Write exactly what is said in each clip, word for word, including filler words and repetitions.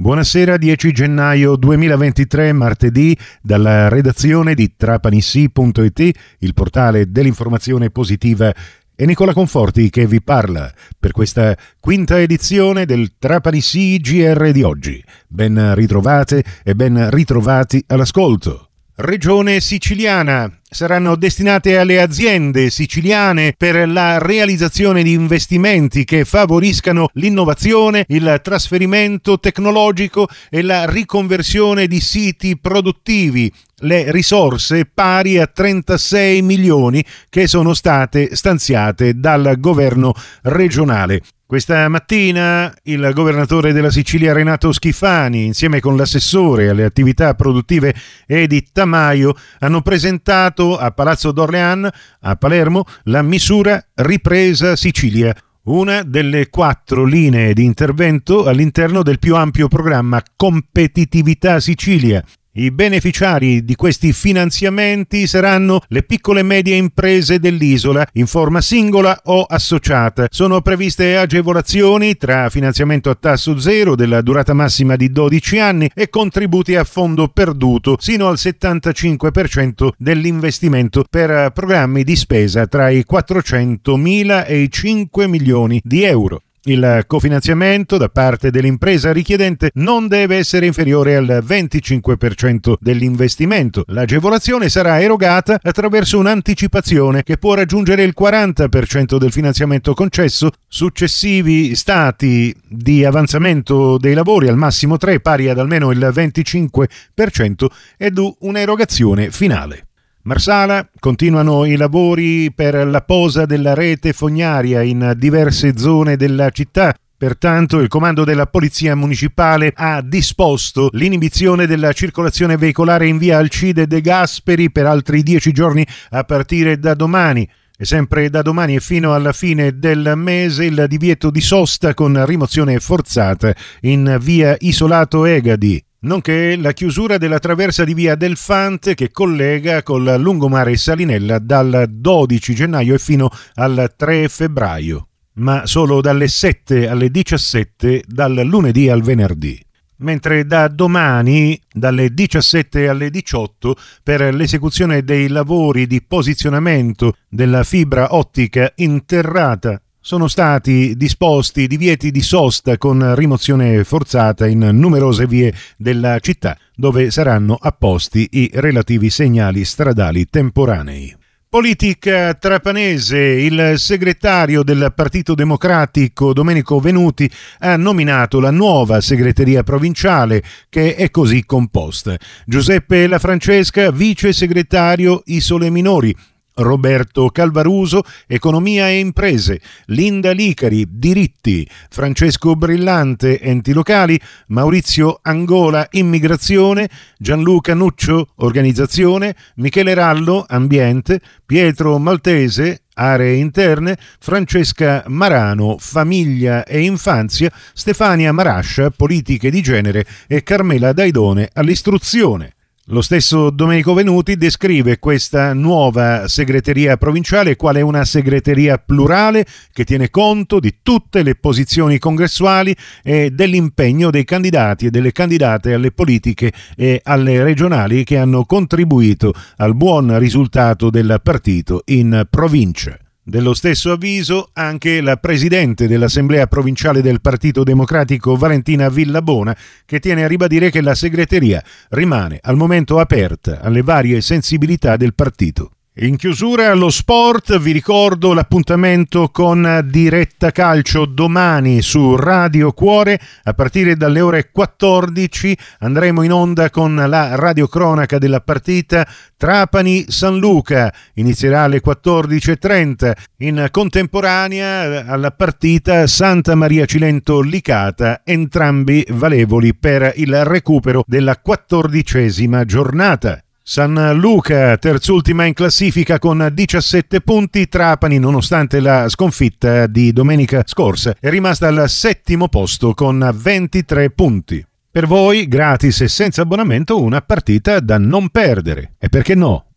Buonasera, dieci gennaio duemilaventitré, martedì, dalla redazione di trapanissi punto it, il portale dell'informazione positiva. È Nicola Conforti che vi parla per questa quinta edizione del Trapanissi G R di oggi. Ben ritrovate e ben ritrovati all'ascolto. Regione siciliana. Saranno destinate alle aziende siciliane per la realizzazione di investimenti che favoriscano l'innovazione, il trasferimento tecnologico e la riconversione di siti produttivi. Le risorse pari a trentasei milioni che sono state stanziate dal governo regionale. Questa mattina il governatore della Sicilia Renato Schifani, insieme con l'assessore alle attività produttive Edi Tamaio, hanno presentato a Palazzo d'Orléans, a Palermo, la misura Ripresa Sicilia, una delle quattro linee di intervento all'interno del più ampio programma Competitività Sicilia. I beneficiari di questi finanziamenti saranno le piccole e medie imprese dell'isola in forma singola o associata. Sono previste agevolazioni tra finanziamento a tasso zero della durata massima di dodici anni e contributi a fondo perduto sino al settantacinque per cento dell'investimento per programmi di spesa tra i quattrocentomila e i cinque milioni di euro. Il cofinanziamento da parte dell'impresa richiedente non deve essere inferiore al venticinque per cento dell'investimento. L'agevolazione sarà erogata attraverso un'anticipazione che può raggiungere il quaranta per cento del finanziamento concesso, successivi stati di avanzamento dei lavori, al massimo tre, pari ad almeno il venticinque per cento, ed un'erogazione finale. Marsala, continuano i lavori per la posa della rete fognaria in diverse zone della città. Pertanto il comando della Polizia Municipale ha disposto l'inibizione della circolazione veicolare in via Alcide De Gasperi per altri dieci giorni a partire da domani. E sempre da domani e fino alla fine del mese il divieto di sosta con rimozione forzata in via Isolato Egadi, nonché la chiusura della traversa di via del Fante che collega col lungomare Salinella dal dodici gennaio e fino al tre febbraio, ma solo dalle sette alle diciassette dal lunedì al venerdì. Mentre da domani, dalle diciassette alle diciotto, per l'esecuzione dei lavori di posizionamento della fibra ottica interrata, sono stati disposti divieti di sosta con rimozione forzata in numerose vie della città, dove saranno apposti i relativi segnali stradali temporanei. Politica trapanese. Il segretario del Partito Democratico Domenico Venuti ha nominato la nuova segreteria provinciale, che è così composta: Giuseppe La Francesca, vice segretario Isole Minori; Roberto Calvaruso, Economia e Imprese; Linda Licari, Diritti; Francesco Brillante, Enti Locali; Maurizio Angola, Immigrazione; Gianluca Nuccio, Organizzazione; Michele Rallo, Ambiente; Pietro Maltese, Aree Interne; Francesca Marano, Famiglia e Infanzia; Stefania Marascia, Politiche di Genere; e Carmela Daidone, all'Istruzione. Lo stesso Domenico Venuti descrive questa nuova segreteria provinciale quale una segreteria plurale che tiene conto di tutte le posizioni congressuali e dell'impegno dei candidati e delle candidate alle politiche e alle regionali che hanno contribuito al buon risultato del partito in provincia. Dello stesso avviso anche la presidente dell'Assemblea provinciale del Partito Democratico Valentina Villabona, che tiene a ribadire che la segreteria rimane al momento aperta alle varie sensibilità del partito. In chiusura allo sport vi ricordo l'appuntamento con Diretta Calcio domani su Radio Cuore a partire dalle ore quattordici. Andremo in onda con la radiocronaca della partita Trapani-San Luca, inizierà alle quattordici e trenta. In contemporanea alla partita Santa Maria Cilento-Licata, entrambi valevoli per il recupero della quattordicesima giornata. San Luca, terzultima in classifica con diciassette punti. Trapani, nonostante la sconfitta di domenica scorsa, è rimasta al settimo posto con ventitré punti. Per voi, gratis e senza abbonamento, una partita da non perdere. E perché no?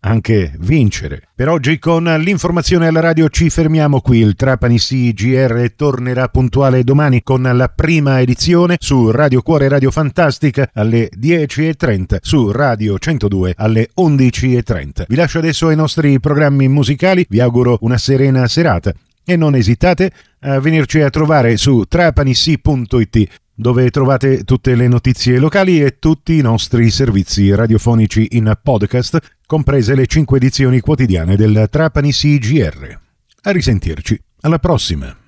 anche vincere. Per oggi con l'informazione alla radio ci fermiamo qui. Il Trapani Sea G R tornerà puntuale domani con la prima edizione su Radio Cuore Radio Fantastica alle dieci e trenta, su Radio centodue alle undici e trenta. Vi lascio adesso ai nostri programmi musicali, vi auguro una serena serata e non esitate a venirci a trovare su trapanisea punto it, dove trovate tutte le notizie locali e tutti i nostri servizi radiofonici in podcast, comprese le cinque edizioni quotidiane del Trapani Sea G R. A risentirci, alla prossima!